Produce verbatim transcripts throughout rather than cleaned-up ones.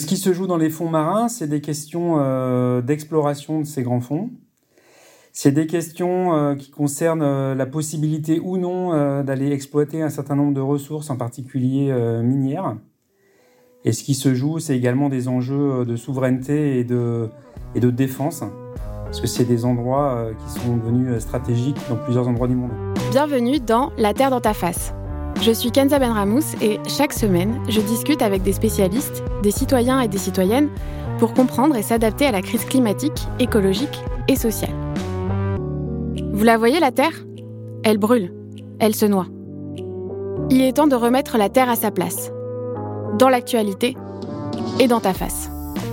ce qui se joue dans les fonds marins, c'est des questions euh, d'exploration de ces grands fonds. C'est des questions euh, qui concernent euh, la possibilité ou non euh, d'aller exploiter un certain nombre de ressources, en particulier euh, minières. Et ce qui se joue, c'est également des enjeux de souveraineté et de, et de défense, parce que c'est des endroits euh, qui sont devenus stratégiques dans plusieurs endroits du monde. Bienvenue dans La Terre dans ta face. Je suis Kenza Benramous et chaque semaine, je discute avec des spécialistes, des citoyens et des citoyennes pour comprendre et s'adapter à la crise climatique, écologique et sociale. Vous la voyez, la Terre ? Elle brûle, elle se noie. Il est temps de remettre la Terre à sa place, dans l'actualité et dans ta face.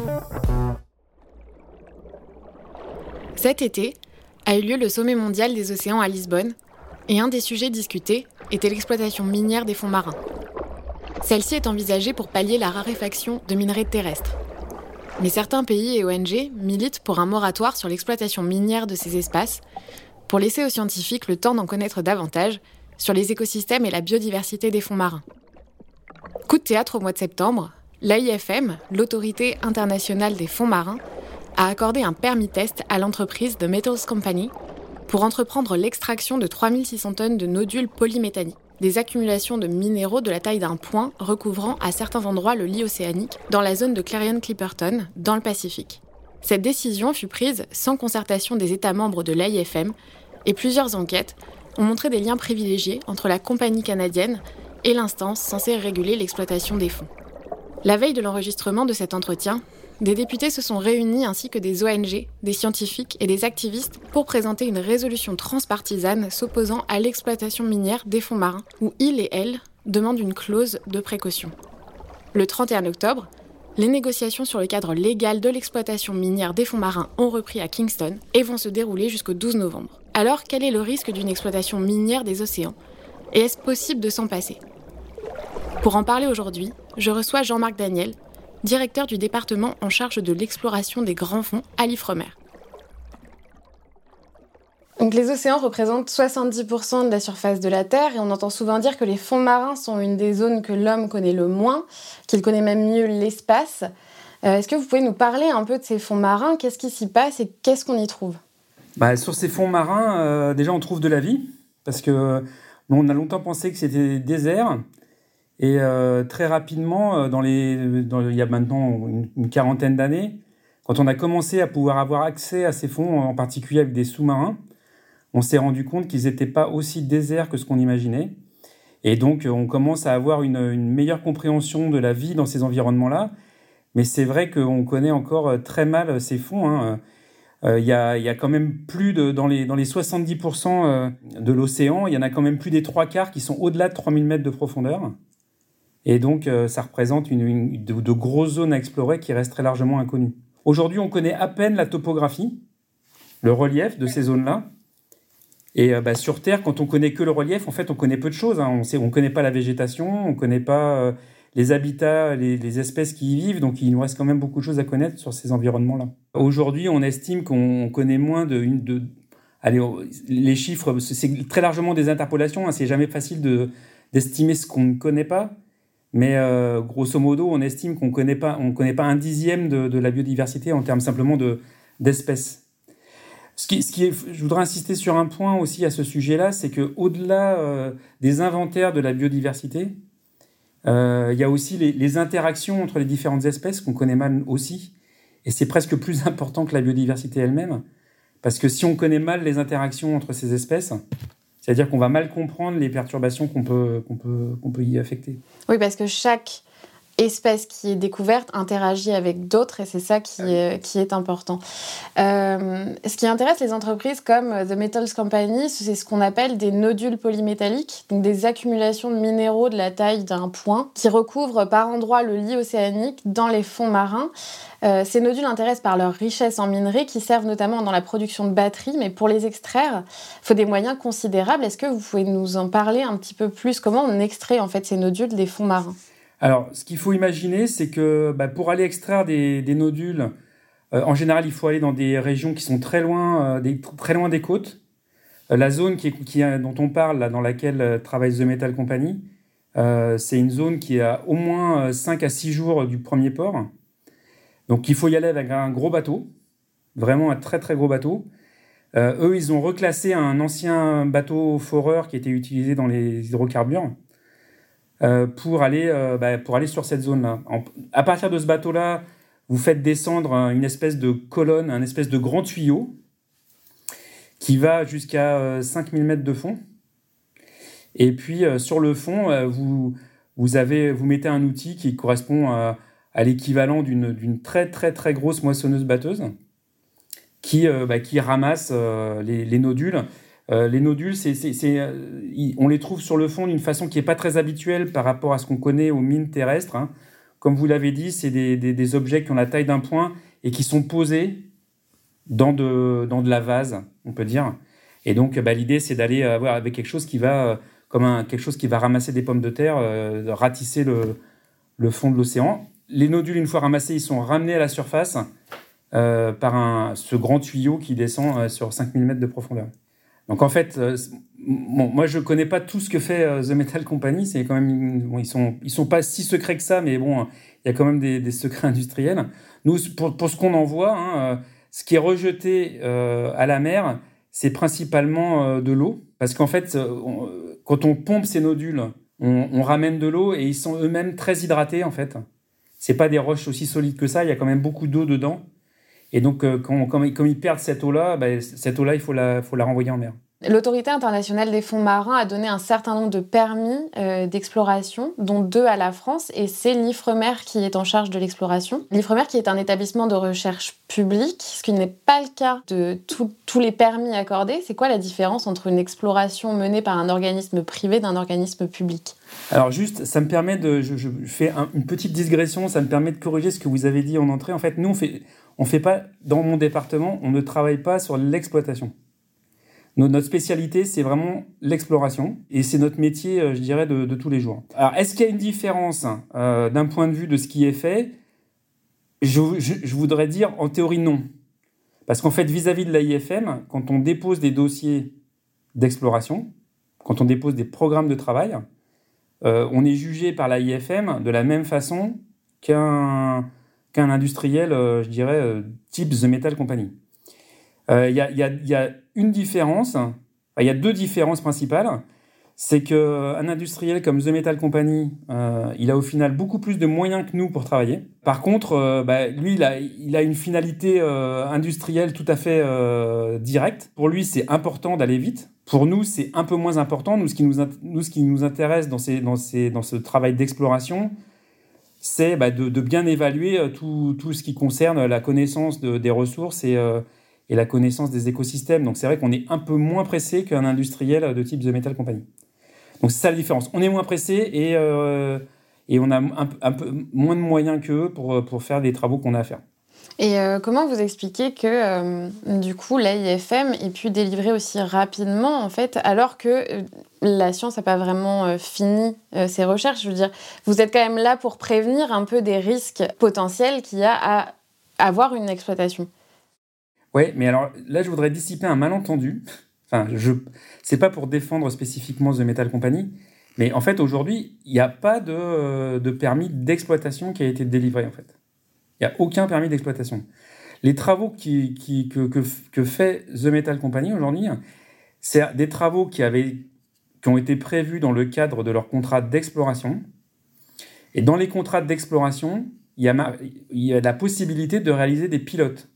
Cet été a eu lieu le sommet mondial des océans à Lisbonne, et un des sujets discutés était l'exploitation minière des fonds marins. Celle-ci est envisagée pour pallier la raréfaction de minerais terrestres. Mais certains pays et O N G militent pour un moratoire sur l'exploitation minière de ces espaces, pour laisser aux scientifiques le temps d'en connaître davantage sur les écosystèmes et la biodiversité des fonds marins. Coup de théâtre au mois de septembre, l'A I F M, l'Autorité internationale des fonds marins, a accordé un permis test à l'entreprise The Metals Company pour entreprendre l'extraction de trois mille six cents tonnes de nodules polymétalliques, des accumulations de minéraux de la taille d'un point recouvrant à certains endroits le lit océanique dans la zone de Clarion-Clipperton, dans le Pacifique. Cette décision fut prise sans concertation des États membres de l'A I F M et plusieurs enquêtes ont montré des liens privilégiés entre la compagnie canadienne et l'instance censée réguler l'exploitation des fonds. La veille de l'enregistrement de cet entretien, des députés se sont réunis ainsi que des O N G, des scientifiques et des activistes pour présenter une résolution transpartisane s'opposant à l'exploitation minière des fonds marins, où ils et elles demandent une clause de précaution. Le trente et un octobre, les négociations sur le cadre légal de l'exploitation minière des fonds marins ont repris à Kingston et vont se dérouler jusqu'au douze novembre. Alors, quel est le risque d'une exploitation minière des océans ? Et est-ce possible de s'en passer ? Pour en parler aujourd'hui, je reçois Jean-Marc Daniel, directeur du département en charge de l'exploration des grands fonds à l'Ifremer. Donc les océans représentent soixante-dix pour cent de la surface de la Terre et on entend souvent dire que les fonds marins sont une des zones que l'homme connaît le moins, qu'il connaît même mieux l'espace. Euh, est-ce que vous pouvez nous parler un peu de ces fonds marins ? Qu'est-ce qui s'y passe et qu'est-ce qu'on y trouve ? Bah, sur ces fonds marins, euh, déjà on trouve de la vie, parce que euh, on a longtemps pensé que c'était des déserts. Et euh, très rapidement, euh, dans les, dans, il y a maintenant une, une quarantaine d'années, quand on a commencé à pouvoir avoir accès à ces fonds, en particulier avec des sous-marins, on s'est rendu compte qu'ils n'étaient pas aussi déserts que ce qu'on imaginait. Et donc, on commence à avoir une, une meilleure compréhension de la vie dans ces environnements-là. Mais c'est vrai qu'on connaît encore très mal ces fonds, hein. Euh, il y a, il y a quand même plus de, dans les, dans les soixante-dix pour cent de l'océan, il y en a quand même plus des trois quarts qui sont au-delà de trois mille mètres de profondeur. Et donc, euh, ça représente une, une, de, de grosses zones à explorer qui restent très largement inconnues. Aujourd'hui, on connaît à peine la topographie, le relief de ces zones-là. Et euh, bah, sur Terre, quand on connaît que le relief, en fait, on connaît peu de choses, hein. On ne connaît pas la végétation, on ne connaît pas euh, les habitats, les, les espèces qui y vivent. Donc, il nous reste quand même beaucoup de choses à connaître sur ces environnements-là. Aujourd'hui, on estime qu'on connaît moins de... Une, de allez, les chiffres, c'est très largement des interpolations, hein. C'est jamais facile de, d'estimer ce qu'on ne connaît pas. Mais euh, grosso modo, on estime qu'on connaît pas, on connaît pas un dixième de, de la biodiversité en termes simplement de, d'espèces. Ce qui, ce qui est, je voudrais insister sur un point aussi à ce sujet-là, c'est qu'au-delà euh, des inventaires de la biodiversité, euh, il y a aussi les, les interactions entre les différentes espèces qu'on connaît mal aussi. Et c'est presque plus important que la biodiversité elle-même. Parce que si on connaît mal les interactions entre ces espèces, c'est-à-dire qu'on va mal comprendre les perturbations qu'on peut, qu'on peut, qu'on peut y affecter. Oui, parce que chaque espèce qui est découverte interagit avec d'autres et c'est ça qui, est, qui est important. Euh, ce qui intéresse les entreprises comme The Metals Company, c'est ce qu'on appelle des nodules polymétalliques, donc des accumulations de minéraux de la taille d'un point qui recouvrent par endroits le lit océanique dans les fonds marins. Euh, ces nodules intéressent par leur richesse en minerais qui servent notamment dans la production de batteries, mais pour les extraire, il faut des moyens considérables. Est-ce que vous pouvez nous en parler un petit peu plus ? Comment on extrait en fait ces nodules des fonds marins ? Alors, ce qu'il faut imaginer, c'est que bah, pour aller extraire des, des nodules, euh, en général, il faut aller dans des régions qui sont très loin, euh, des, très loin des côtes. Euh, la zone qui est, qui, dont on parle, là, dans laquelle euh, travaille The Metal Company, euh, c'est une zone qui est à au moins cinq à six jours du premier port. Donc il faut y aller avec un gros bateau, vraiment un très très gros bateau. Euh, eux, ils ont reclassé un ancien bateau foreur qui était utilisé dans les hydrocarbures euh, pour, aller, euh, bah, pour aller sur cette zone-là. En, à partir de ce bateau-là, vous faites descendre une espèce de colonne, un espèce de grand tuyau qui va jusqu'à euh, cinq mille mètres de fond. Et puis euh, sur le fond, euh, vous, vous, avez, vous mettez un outil qui correspond à, à l'équivalent d'une, d'une très très très grosse moissonneuse-batteuse qui, euh, bah, qui ramasse euh, les, les nodules. Euh, les nodules, c'est, c'est, c'est, euh, on les trouve sur le fond d'une façon qui n'est pas très habituelle par rapport à ce qu'on connaît aux mines terrestres. Hein. Comme vous l'avez dit, c'est des, des, des objets qui ont la taille d'un point et qui sont posés dans de, dans de la vase, on peut dire. Et donc, bah, l'idée, c'est d'aller avoir avec quelque chose qui va, euh, comme un, quelque chose qui va ramasser des pommes de terre, euh, ratisser le, le fond de l'océan. Les nodules, une fois ramassés, ils sont ramenés à la surface euh, par un, ce grand tuyau qui descend euh, sur cinq mille mètres de profondeur. Donc, en fait, euh, bon, moi, je ne connais pas tout ce que fait euh, The Metal Company. C'est quand même, bon, ils ne sont, ils sont pas si secrets que ça, mais bon, il y a quand même des, des secrets industriels. Nous, pour, pour ce qu'on en voit, hein, euh, ce qui est rejeté euh, à la mer, c'est principalement euh, de l'eau. Parce qu'en fait, euh, on, quand on pompe ces nodules, on, on ramène de l'eau et ils sont eux-mêmes très hydratés, en fait. Ce n'est pas des roches aussi solides que ça, il y a quand même beaucoup d'eau dedans. Et donc, euh, quand, quand, comme ils perdent cette eau-là, bah, cette eau-là, il faut la, faut la renvoyer en mer. L'Autorité internationale des fonds marins a donné un certain nombre de permis euh, d'exploration, dont deux à la France, et c'est l'Ifremer qui est en charge de l'exploration. L'Ifremer qui est un établissement de recherche public, ce qui n'est pas le cas de tout, tous les permis accordés. C'est quoi la différence entre une exploration menée par un organisme privé d'un organisme public ? Alors juste, ça me permet de... Je, je fais un, une petite digression, ça me permet de corriger ce que vous avez dit en entrée. En fait, nous, on fait, on fait pas, dans mon département, on ne travaille pas sur l'exploitation. Notre spécialité, c'est vraiment l'exploration et c'est notre métier, je dirais, de, de tous les jours. Alors, est-ce qu'il y a une différence euh, d'un point de vue de ce qui est fait ? je, je, je voudrais dire, en théorie, non. Parce qu'en fait, vis-à-vis de l'A I F M, quand on dépose des dossiers d'exploration, quand on dépose des programmes de travail, euh, on est jugé par l'A I F M de la même façon qu'un, qu'un industriel, euh, je dirais, euh, type The Metal Company. Il euh, y, y, y a une différence, il enfin, y a deux différences principales. C'est qu'un industriel comme The Metal Company, euh, il a au final beaucoup plus de moyens que nous pour travailler. Par contre, euh, bah, lui, il a, il a une finalité euh, industrielle tout à fait euh, directe. Pour lui, c'est important d'aller vite. Pour nous, c'est un peu moins important. Nous, ce qui nous, nous, ce qui nous intéresse dans, ces, dans, ces, dans ce travail d'exploration, c'est bah, de, de bien évaluer tout, tout ce qui concerne la connaissance de, des ressources et... Euh, et la connaissance des écosystèmes. Donc, c'est vrai qu'on est un peu moins pressé qu'un industriel de type The Metal Company. Donc, c'est ça la différence. On est moins pressé et, euh, et on a un, un peu moins de moyens qu'eux pour, pour faire les travaux qu'on a à faire. Et euh, comment vous expliquez que, euh, du coup, l'A I F M ait pu délivrer aussi rapidement, en fait, alors que euh, la science n'a pas vraiment euh, fini euh, ses recherches ? Je veux dire, vous êtes quand même là pour prévenir un peu des risques potentiels qu'il y a à avoir une exploitation. Oui, mais alors là, je voudrais dissiper un malentendu. Enfin, je, c'est pas pour défendre spécifiquement The Metal Company, mais en fait, aujourd'hui, il n'y a pas de, de permis d'exploitation qui a été délivré, en fait. Il n'y a aucun permis d'exploitation. Les travaux qui, qui, que, que, que fait The Metal Company aujourd'hui, c'est des travaux qui, avaient, qui ont été prévus dans le cadre de leur contrat d'exploration. Et dans les contrats d'exploration, il y a, il y a la possibilité de réaliser des pilotes.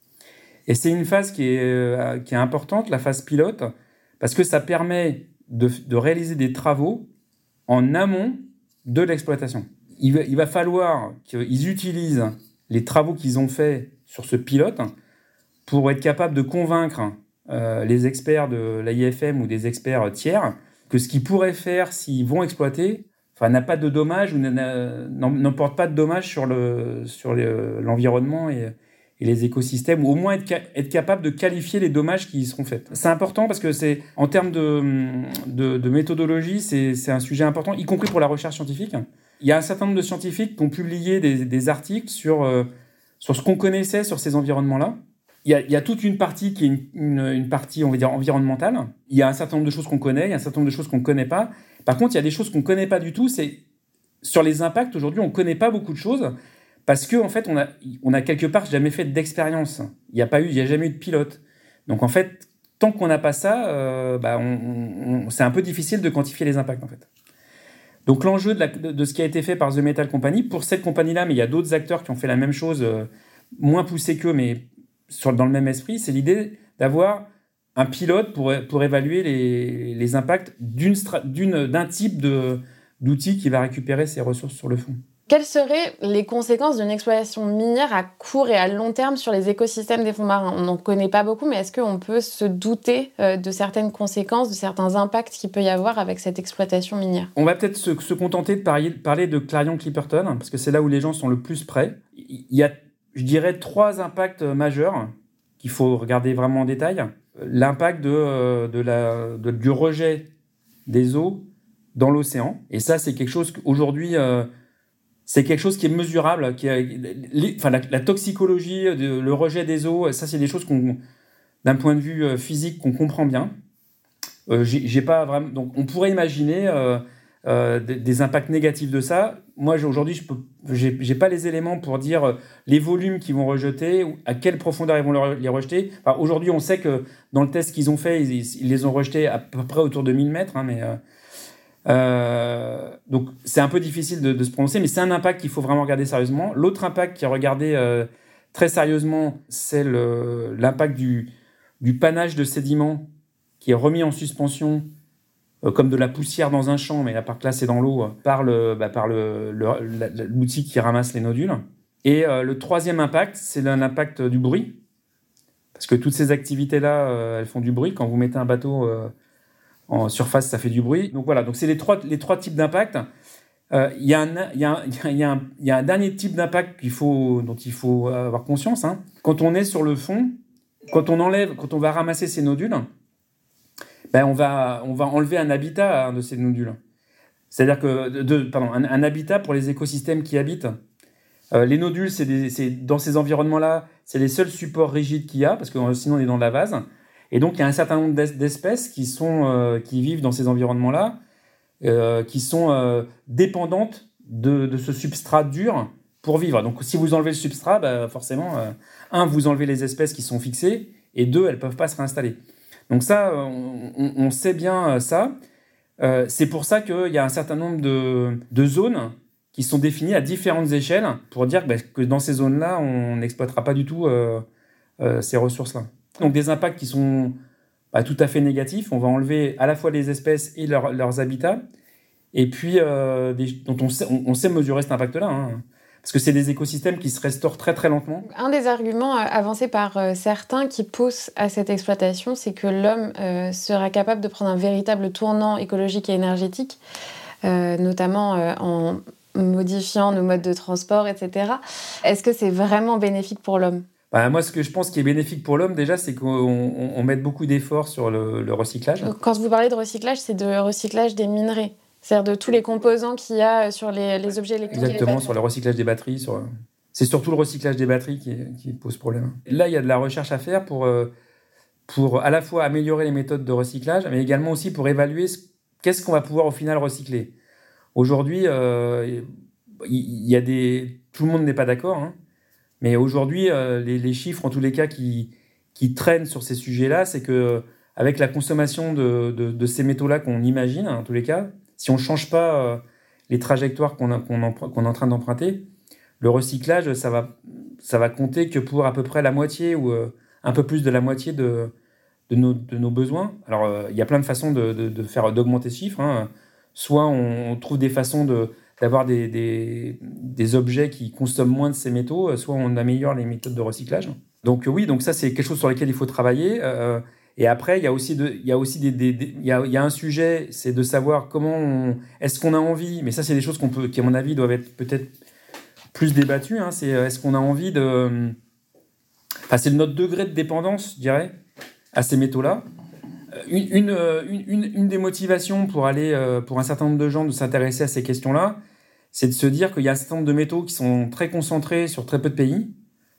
Et c'est une phase qui est, euh, qui est importante, la phase pilote, parce que ça permet de, de réaliser des travaux en amont de l'exploitation. Il va, il va falloir qu'ils utilisent les travaux qu'ils ont faits sur ce pilote pour être capables de convaincre euh, les experts de l'A I F M ou des experts tiers que ce qu'ils pourraient faire s'ils vont exploiter enfin, n'a pas de dommages ou n'emporte pas de dommages sur, le, sur le, l'environnement et et les écosystèmes, ou au moins être, ca- être capable de qualifier les dommages qui y seront faits. C'est important parce que c'est, en termes de, de, de méthodologie, c'est, c'est un sujet important, y compris pour la recherche scientifique. Il y a un certain nombre de scientifiques qui ont publié des, des articles sur, euh, sur ce qu'on connaissait sur ces environnements-là. Il y a, il y a toute une partie qui est une, une, une partie, on va dire, environnementale. Il y a un certain nombre de choses qu'on connaît, il y a un certain nombre de choses qu'on ne connaît pas. Par contre, il y a des choses qu'on ne connaît pas du tout. C'est, sur les impacts, aujourd'hui, on ne connaît pas beaucoup de choses. parce que en fait, on a, on a quelque part jamais fait d'expérience. Il n'y a pas eu, il y a jamais eu de pilote. Donc en fait, tant qu'on n'a pas ça, euh, bah, on, on, c'est un peu difficile de quantifier les impacts en fait. Donc l'enjeu de, la, de, de ce qui a été fait par The Metal Company, pour cette compagnie-là, mais il y a d'autres acteurs qui ont fait la même chose, euh, moins poussé qu'eux, mais sur, dans le même esprit, c'est l'idée d'avoir un pilote pour, pour évaluer les, les impacts d'une, d'une, d'un type de, d'outil qui va récupérer ces ressources sur le fond. Quelles seraient les conséquences d'une exploitation minière à court et à long terme sur les écosystèmes des fonds marins ? On n'en connaît pas beaucoup, mais est-ce qu'on peut se douter euh, de certaines conséquences, de certains impacts qu'il peut y avoir avec cette exploitation minière ? On va peut-être se, se contenter de parler, parler de Clarion-Clipperton, parce que c'est là où les gens sont le plus près. Il y a, je dirais, trois impacts majeurs qu'il faut regarder vraiment en détail. L'impact de, de la, de, du rejet des eaux dans l'océan. Et ça, c'est quelque chose qu'aujourd'hui... Euh, C'est quelque chose qui est mesurable, qui a, les, enfin, la, la toxicologie, de, le rejet des eaux, ça, c'est des choses qu'on, d'un point de vue physique, qu'on comprend bien. Euh, j'ai, j'ai pas vraiment, donc, on pourrait imaginer euh, euh, des, des impacts négatifs de ça. Moi, aujourd'hui, je peux, j'ai, j'ai pas les éléments pour dire les volumes qu'ils vont rejeter, ou à quelle profondeur ils vont les rejeter. Enfin, aujourd'hui, on sait que dans le test qu'ils ont fait, ils, ils les ont rejetés à peu près autour de mille mètres, hein, mais... Euh, Euh, donc c'est un peu difficile de, de se prononcer, mais c'est un impact qu'il faut vraiment regarder sérieusement. L'autre impact qui est regardé euh, très sérieusement, c'est le, l'impact du, du panache de sédiments qui est remis en suspension euh, comme de la poussière dans un champ, mais la part là c'est dans l'eau, euh, par, le, bah, par le, le, la, l'outil qui ramasse les nodules. Et euh, le troisième impact, c'est l'impact du bruit, parce que toutes ces activités-là, euh, elles font du bruit. Quand vous mettez un bateau... Euh, en surface, ça fait du bruit. Donc voilà, donc c'est les trois, les trois types d'impact. Euh, il y a un, il y a un, il y a un, il y a un dernier type d'impact qu'il faut, dont il faut avoir conscience. Hein. Quand on est sur le fond, quand on enlève, quand on va ramasser ces nodules, ben on va, on va enlever un habitat de ces nodules. C'est-à-dire que, de, de, pardon, un, un habitat pour les écosystèmes qui habitent. Euh, les nodules, c'est, des, c'est dans ces environnements-là, c'est les seuls supports rigides qu'il y a, parce que sinon on est dans la vase. Et donc, il y a un certain nombre d'espèces qui, sont, euh, qui vivent dans ces environnements-là, euh, qui sont euh, dépendantes de, de ce substrat dur pour vivre. Donc, si vous enlevez le substrat, bah, forcément, euh, un, vous enlevez les espèces qui sont fixées, et deux, elles ne peuvent pas se réinstaller. Donc ça, on, on, on sait bien ça. Euh, c'est pour ça qu'il y a un certain nombre de, de zones qui sont définies à différentes échelles pour dire bah, que dans ces zones-là, on n'exploitera pas du tout euh, euh, ces ressources-là. Donc des impacts qui sont bah, tout à fait négatifs. On va enlever à la fois les espèces et leur, leurs habitats, et puis euh, des, dont on sait, on, on sait mesurer cet impact-là, hein, parce que c'est des écosystèmes qui se restaurent très très lentement. Un des arguments avancés par euh, certains qui poussent à cette exploitation, c'est que l'homme euh, sera capable de prendre un véritable tournant écologique et énergétique, euh, notamment euh, en modifiant nos modes de transport, et cetera. Est-ce que c'est vraiment bénéfique pour l'homme ? Bah, moi, ce que je pense qui est bénéfique pour l'homme, déjà, c'est qu'on on, on mette beaucoup d'efforts sur le, le recyclage. Quand vous parlez de recyclage, c'est de recyclage des minerais, c'est-à-dire de tous les composants qu'il y a sur les, les objets électriques. Exactement, sur le recyclage des batteries. Sur... C'est surtout le recyclage des batteries qui, qui pose problème. Là, il y a de la recherche à faire pour, pour à la fois améliorer les méthodes de recyclage, mais également aussi pour évaluer ce, qu'est-ce qu'on va pouvoir au final recycler. Aujourd'hui, euh, il y a des... tout le monde n'est pas d'accord, hein. Mais aujourd'hui, euh, les, les chiffres, en tous les cas, qui, qui traînent sur ces sujets-là, c'est qu'avec la consommation de, de, de ces métaux-là qu'on imagine, en tous les cas, si on ne change pas euh, les trajectoires qu'on, a, qu'on, empr- qu'on est en train d'emprunter, le recyclage, ça va, ça va compter que pour à peu près la moitié ou euh, un peu plus de la moitié de, de, nos, de nos besoins. Alors, il euh, y a plein de façons de, de, de faire, d'augmenter ce chiffre, hein. Soit on, on trouve des façons de... d'avoir des, des, des objets qui consomment moins de ces métaux, soit on améliore les méthodes de recyclage. Donc oui, donc ça, c'est quelque chose sur lequel il faut travailler. Euh, et après, il y a aussi, de, il y a aussi des, des, des, il y a, il y a un sujet, c'est de savoir comment on, est-ce qu'on a envie, mais ça, c'est des choses qu'on peut, qui, à mon avis, doivent être peut-être plus débattues. Hein, c'est est-ce qu'on a envie de... Enfin, c'est notre degré de dépendance, je dirais, à ces métaux-là. Une, une, une, une des motivations pour aller, pour un certain nombre de gens de s'intéresser à ces questions-là, c'est de se dire qu'il y a un certain nombre de métaux qui sont très concentrés sur très peu de pays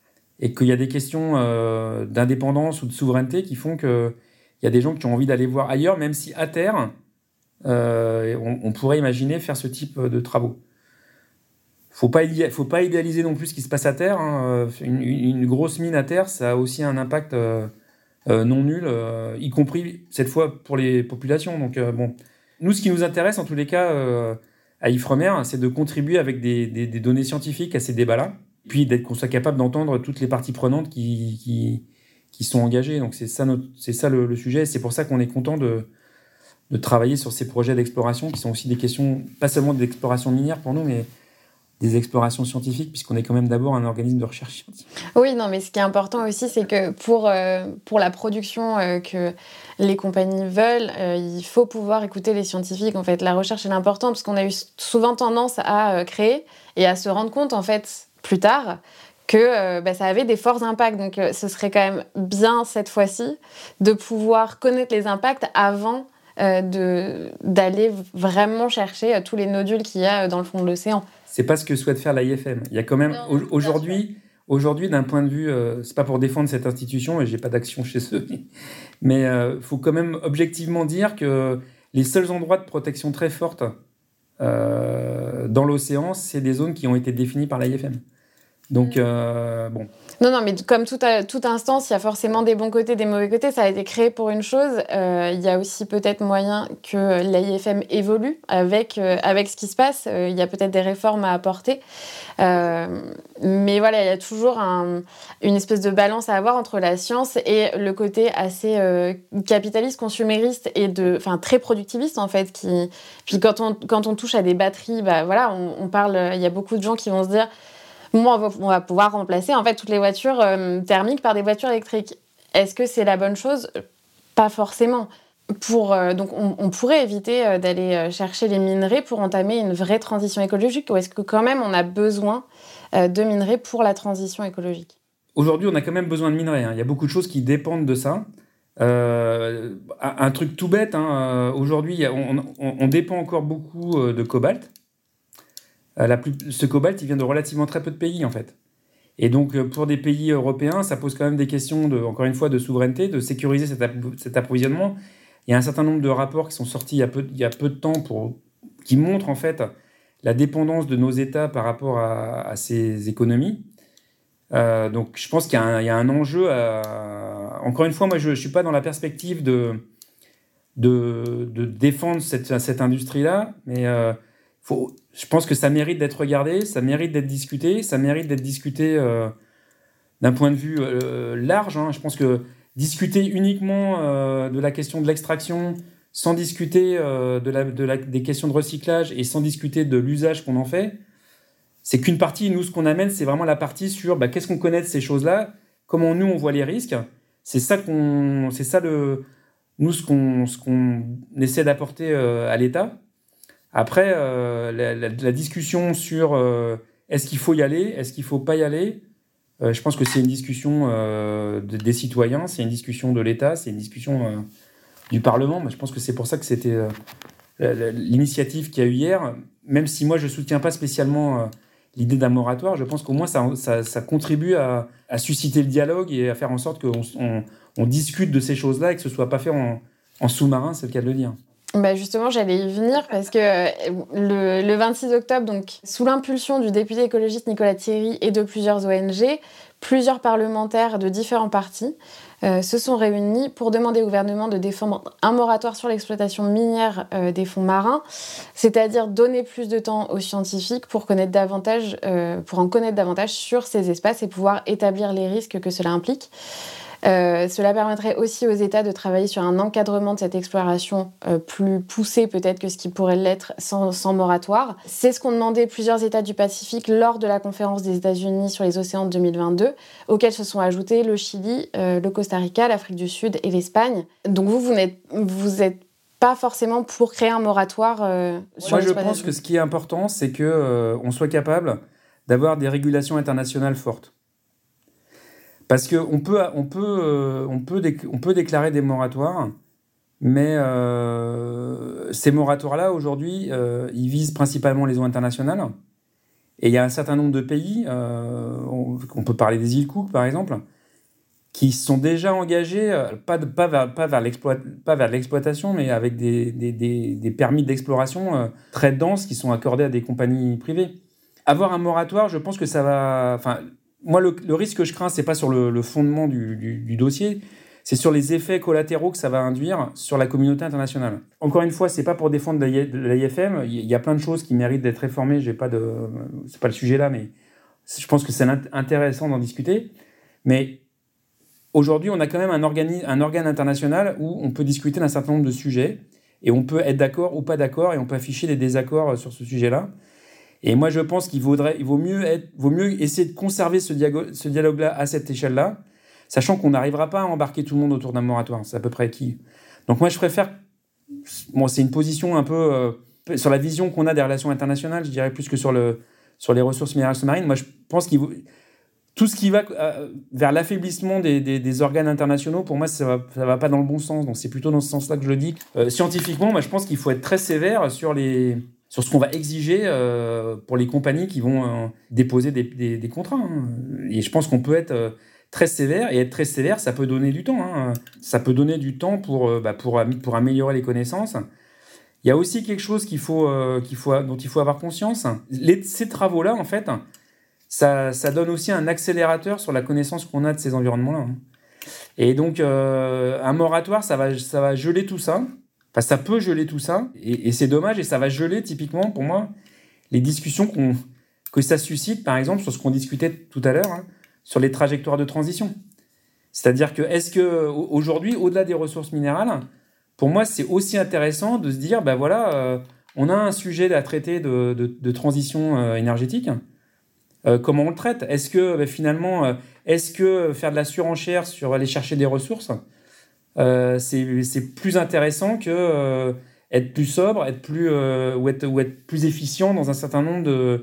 et qu'il y a des questions euh, d'indépendance ou de souveraineté qui font qu'il y a des gens qui ont envie d'aller voir ailleurs, même si à terre, euh, on, on pourrait imaginer faire ce type de travaux. faut pas idé- faut pas idéaliser non plus ce qui se passe à terre. Hein. Une, une, une grosse mine à terre, ça a aussi un impact euh, euh, non nul, euh, y compris cette fois pour les populations. Donc euh, bon, nous, ce qui nous intéresse en tous les cas euh, à Ifremer, c'est de contribuer avec des, des, des données scientifiques à ces débats-là, puis d'être qu'on soit capable d'entendre toutes les parties prenantes qui qui, qui sont engagées. Donc c'est ça notre, c'est ça le, le sujet. Et c'est pour ça qu'on est content de de travailler sur ces projets d'exploration qui sont aussi des questions, pas seulement d'exploration minière pour nous, mais des explorations scientifiques, puisqu'on est quand même d'abord un organisme de recherche scientifique. Oui, non, mais ce qui est important aussi, c'est que pour, euh, pour la production euh, que les compagnies veulent, euh, il faut pouvoir écouter les scientifiques. En fait, la recherche, elle est importante, parce qu'on a eu souvent tendance à euh, créer et à se rendre compte, en fait, plus tard, que euh, bah, ça avait des forts impacts. Donc, euh, ce serait quand même bien, cette fois-ci, de pouvoir connaître les impacts avant euh, de, d'aller vraiment chercher euh, tous les nodules qu'il y a euh, dans le fond de l'océan. C'est pas ce que souhaite faire l'I F M. Il y a quand même, non, aujourd'hui, aujourd'hui, d'un point de vue, euh, c'est pas pour défendre cette institution, et j'ai pas d'action chez eux, mais il euh, faut quand même objectivement dire que les seuls endroits de protection très forte euh, dans l'océan, c'est des zones qui ont été définies par l'I F M. Donc, euh, bon. Non, non, mais comme toute, toute instance, il y a forcément des bons côtés, des mauvais côtés. Ça a été créé pour une chose. Euh, il y a aussi peut-être moyen que l'I F M évolue avec, euh, avec ce qui se passe. Euh, il y a peut-être des réformes à apporter. Euh, mais voilà, il y a toujours un, une espèce de balance à avoir entre la science et le côté assez euh, capitaliste, consumériste et de, enfin, très productiviste, en fait. Qui, puis quand on, quand on touche à des batteries, bah, voilà, on, on parle, il y a beaucoup de gens qui vont se dire... Moi, on va, on va pouvoir remplacer en fait toutes les voitures euh, thermiques par des voitures électriques. Est-ce que c'est la bonne chose ? Pas forcément. Pour, euh, donc, on, on pourrait éviter euh, d'aller euh, chercher les minerais pour entamer une vraie transition écologique, ou est-ce que quand même on a besoin euh, de minerais pour la transition écologique ? Aujourd'hui, on a quand même besoin de minerais. Hein. Il y a beaucoup de choses qui dépendent de ça. Euh, un truc tout bête, hein, aujourd'hui, on, on, on dépend encore beaucoup de cobalt. La plus, ce cobalt, il vient de relativement très peu de pays, en fait. Et donc, pour des pays européens, ça pose quand même des questions, de, encore une fois, de souveraineté, de sécuriser cet, app- cet approvisionnement. Il y a un certain nombre de rapports qui sont sortis il y a peu, il y a peu de temps pour, qui montrent, en fait, la dépendance de nos États par rapport à, à ces économies. Euh, donc, je pense qu'il y a un, il y a un enjeu à... Encore une fois, moi, je ne suis pas dans la perspective de, de, de défendre cette, cette industrie-là, mais... Euh, Faut, je pense que ça mérite d'être regardé, ça mérite d'être discuté, ça mérite d'être discuté euh, d'un point de vue euh, large. Hein. Je pense que discuter uniquement euh, de la question de l'extraction, sans discuter euh, de la, de la, des questions de recyclage et sans discuter de l'usage qu'on en fait, c'est qu'une partie. Nous, ce qu'on amène, c'est vraiment la partie sur bah, qu'est-ce qu'on connaît de ces choses-là, comment nous, on voit les risques. C'est ça, qu'on, c'est ça le, nous, ce qu'on, ce qu'on essaie d'apporter euh, à l'État. Après, euh, la, la, la discussion sur euh, est-ce qu'il faut y aller, est-ce qu'il ne faut pas y aller, euh, je pense que c'est une discussion euh, de, des citoyens, c'est une discussion de l'État, c'est une discussion euh, du Parlement. Mais je pense que c'est pour ça que c'était euh, l'initiative qu'il y a eu hier. Même si moi, je ne soutiens pas spécialement euh, l'idée d'un moratoire, je pense qu'au moins, ça, ça, ça contribue à, à susciter le dialogue et à faire en sorte qu'on on, on discute de ces choses-là et que ce ne soit pas fait en, en sous-marin, c'est le cas de le dire. Bah justement, j'allais y venir parce que le, le vingt-six octobre, donc, sous l'impulsion du député écologiste Nicolas Thierry et de plusieurs O N G, plusieurs parlementaires de différents partis euh, se sont réunis pour demander au gouvernement de défendre un moratoire sur l'exploitation minière euh, des fonds marins, c'est-à-dire donner plus de temps aux scientifiques pour, connaître davantage, euh, pour en connaître davantage sur ces espaces et pouvoir établir les risques que cela implique. Euh, cela permettrait aussi aux États de travailler sur un encadrement de cette exploration euh, plus poussé peut-être que ce qui pourrait l'être sans, sans moratoire. C'est ce qu'ont demandé plusieurs États du Pacifique lors de la conférence des États-Unis sur les océans de deux mille vingt-deux, auxquels se sont ajoutés le Chili, euh, le Costa Rica, l'Afrique du Sud et l'Espagne. Donc vous, vous n'êtes, vous êtes pas forcément pour créer un moratoire euh, sur Moi, je pense que ce qui est important, c'est qu'on euh, soit capable d'avoir des régulations internationales fortes. Parce qu'on peut, on peut, euh, on peut, déc- on peut déclarer des moratoires, mais euh, ces moratoires-là, aujourd'hui, euh, ils visent principalement les eaux internationales. Et il y a un certain nombre de pays, euh, on, on peut parler des îles Cook, par exemple, qui sont déjà engagés, euh, pas, de, pas, vers, pas, vers l'exploit, pas vers l'exploitation, mais avec des, des, des, des permis d'exploration euh, très denses qui sont accordés à des compagnies privées. avoir un moratoire, je pense que ça va... Enfin, moi, le, le risque que je crains, c'est pas sur le, le fondement du, du, du dossier, c'est sur les effets collatéraux que ça va induire sur la communauté internationale. Encore une fois, c'est pas pour défendre l'A I F M. Il y a plein de choses qui méritent d'être réformées. J'ai pas de, c'est pas le sujet là, mais je pense que c'est intéressant d'en discuter. Mais aujourd'hui, on a quand même un, organi- un organe international où on peut discuter d'un certain nombre de sujets et on peut être d'accord ou pas d'accord et on peut afficher des désaccords sur ce sujet-là. Et moi, je pense qu'il vaudrait, il vaut mieux être, vaut mieux essayer de conserver ce, diago- ce dialogue-là à cette échelle-là, sachant qu'on n'arrivera pas à embarquer tout le monde autour d'un moratoire. C'est à peu près qui. Donc moi, je préfère... Bon, c'est une position un peu... Euh, sur la vision qu'on a des relations internationales, je dirais plus que sur, le, sur les ressources minérales sous-marines. Moi, je pense qu'il vaut... Tout ce qui va euh, vers l'affaiblissement des, des, des organes internationaux, pour moi, ça va, ça va pas dans le bon sens. Donc, c'est plutôt dans ce sens-là que je le dis. Euh, scientifiquement, moi, je pense qu'il faut être très sévère sur, les, sur ce qu'on va exiger euh, pour les compagnies qui vont euh, déposer des, des, des contrats. Hein. Et je pense qu'on peut être... Euh, très sévère, et être très sévère, ça peut donner du temps. Hein. Ça peut donner du temps pour, bah, pour, pour améliorer les connaissances. Il y a aussi quelque chose qu'il faut, euh, qu'il faut, dont il faut avoir conscience. Les, ces travaux-là, en fait, ça, ça donne aussi un accélérateur sur la connaissance qu'on a de ces environnements-là. Et donc, euh, un moratoire, ça va, ça va geler tout ça. Enfin, ça peut geler tout ça, et, et c'est dommage, et ça va geler, typiquement, pour moi, les discussions qu'on, que ça suscite, par exemple, sur ce qu'on discutait tout à l'heure, hein, sur les trajectoires de transition. C'est-à-dire que, est-ce qu'aujourd'hui, au-delà des ressources minérales, pour moi, c'est aussi intéressant de se dire, ben voilà, euh, on a un sujet à traiter de, de, de transition euh, énergétique. Euh, comment on le traite ? Est-ce que, ben, finalement, euh, est-ce que faire de la surenchère sur aller chercher des ressources, euh, c'est, c'est plus intéressant que euh, être plus sobre, être plus, euh, ou, être, ou être plus efficient dans un certain nombre de...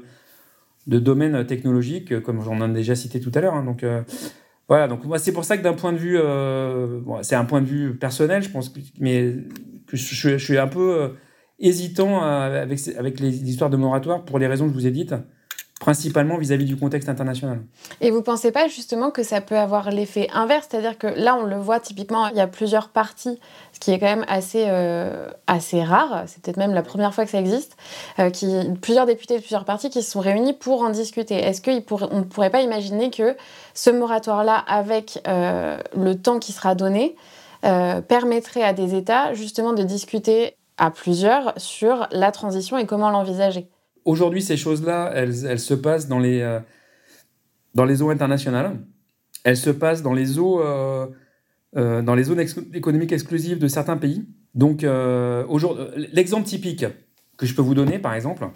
de domaines technologiques, comme on en a déjà cité tout à l'heure. Hein. Donc, euh, voilà, donc moi, c'est pour ça que d'un point de vue... Euh, bon, c'est un point de vue personnel, je pense, que, mais que je, je suis un peu euh, hésitant euh, avec, avec les histoires de moratoire pour les raisons que je vous ai dites, principalement vis-à-vis du contexte international. Et vous ne pensez pas justement que ça peut avoir l'effet inverse ? C'est-à-dire que là, on le voit typiquement, il y a plusieurs partis, ce qui est quand même assez, euh, assez rare, c'est peut-être même la première fois que ça existe, euh, qui, plusieurs députés de plusieurs partis qui se sont réunis pour en discuter. Est-ce qu'on ne pourrait pas imaginer que ce moratoire-là, avec euh, le temps qui sera donné, euh, permettrait à des États justement de discuter à plusieurs sur la transition et comment l'envisager ? Aujourd'hui, ces choses-là, elles, elles se passent dans les, euh, dans les eaux internationales. Elles se passent dans les eaux, euh, euh, dans les zones ex- économiques exclusives de certains pays. Donc, euh, aujourd'hui, l'exemple typique que je peux vous donner, par exemple,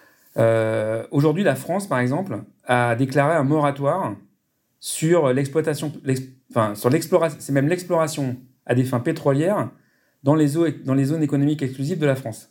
euh, aujourd'hui, la France, par exemple, a déclaré un moratoire sur l'exploitation, l'ex- enfin, sur l'exploration, c'est même l'exploration à des fins pétrolières dans les, eaux, dans les zones économiques exclusives de la France.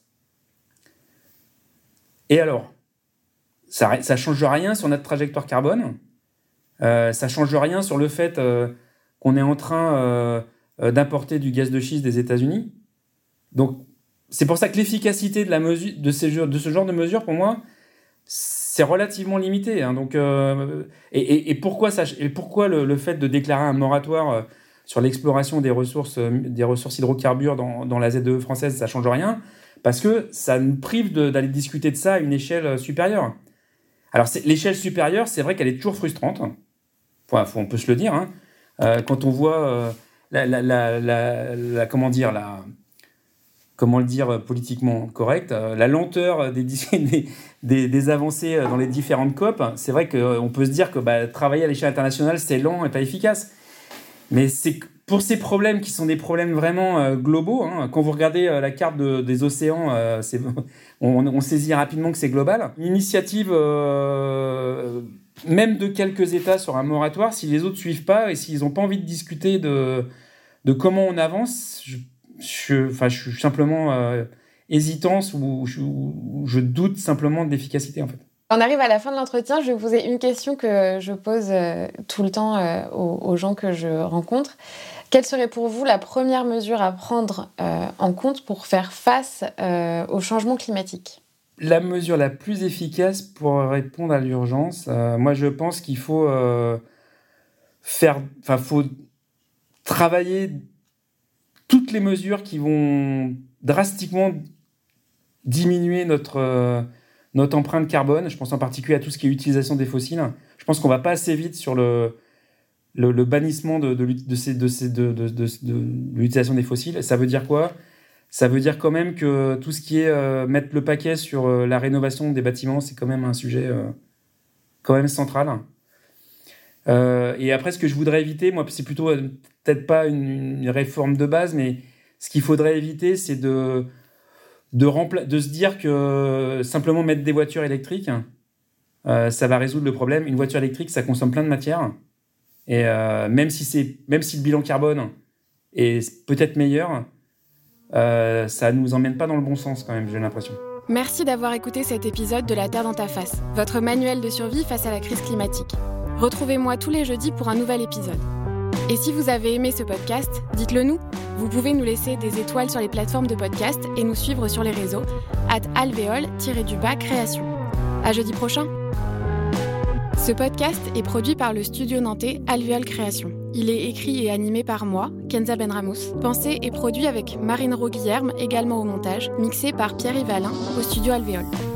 Et alors, ça ne change rien sur notre trajectoire carbone, euh, ça ne change rien sur le fait euh, qu'on est en train euh, euh, d'importer du gaz de schiste des États-Unis. Donc, c'est pour ça que l'efficacité de, la mesure, de, ces, de ce genre de mesures, pour moi, c'est relativement limité. Hein. Donc, euh, et, et, et pourquoi, ça, et pourquoi le, le fait de déclarer un moratoire euh, sur l'exploration des ressources, euh, des ressources hydrocarbures dans, dans la Z E française, ça ne change rien ? Parce que ça nous prive de, d'aller discuter de ça à une échelle supérieure. Alors, c'est, l'échelle supérieure, c'est vrai qu'elle est toujours frustrante. Enfin, on peut se le dire. Hein. Euh, quand on voit euh, la, la, la, la, la, comment dire, la, comment le dire politiquement correct, euh, la lenteur des, des, des, des avancées dans les différentes C O P, c'est vrai qu'on peut se dire que bah, travailler à l'échelle internationale, c'est lent et pas efficace. Mais c'est pour ces problèmes qui sont des problèmes vraiment euh, globaux, hein, quand vous regardez euh, la carte de, des océans, euh, c'est, on, on saisit rapidement que c'est global. Une initiative, euh, même de quelques États sur un moratoire, si les autres ne suivent pas et s'ils n'ont pas envie de discuter de, de comment on avance, je, je, enfin, je suis simplement euh, hésitant ou je, je doute simplement de l'efficacité en fait. On arrive à la fin de l'entretien. Je vais vous poser une question que je pose euh, tout le temps euh, aux, aux gens que je rencontre. Quelle serait pour vous la première mesure à prendre euh, en compte pour faire face euh, au changement climatique ? La mesure la plus efficace pour répondre à l'urgence, euh, moi je pense qu'il faut euh, faire, enfin faut travailler toutes les mesures qui vont drastiquement diminuer notre euh, notre empreinte carbone. Je pense en particulier à tout ce qui est utilisation des fossiles. Je pense qu'on ne va pas assez vite sur le, le, le bannissement de, de, de, ces, de, ces, de, de, de, de, de l'utilisation des fossiles. Ça veut dire quoi ? Ça veut dire quand même que tout ce qui est euh, mettre le paquet sur euh, la rénovation des bâtiments, c'est quand même un sujet euh, quand même central. Euh, et après, ce que je voudrais éviter, moi, c'est plutôt euh, peut-être pas une, une réforme de base, mais ce qu'il faudrait éviter, c'est de, de, rempla- de se dire que euh, simplement mettre des voitures électriques, euh, ça va résoudre le problème. Une voiture électrique, ça consomme plein de matière. Et euh, même, si c'est, même si le bilan carbone est peut-être meilleur, euh, ça ne nous emmène pas dans le bon sens quand même, j'ai l'impression. Merci d'avoir écouté cet épisode de La Terre dans ta face, votre manuel de survie face à la crise climatique. Retrouvez-moi tous les jeudis pour un nouvel épisode. Et si vous avez aimé ce podcast, dites-le nous. Vous pouvez nous laisser des étoiles sur les plateformes de podcast et nous suivre sur les réseaux arobase alvéole-du-bas création. À jeudi prochain. Ce podcast est produit par le studio nantais Alvéole Création. Il est écrit et animé par moi, Kenza Benramous. Pensé et produit avec Marine Roguillerme, également au montage, mixé par Pierre-Yves Alain au studio Alvéole.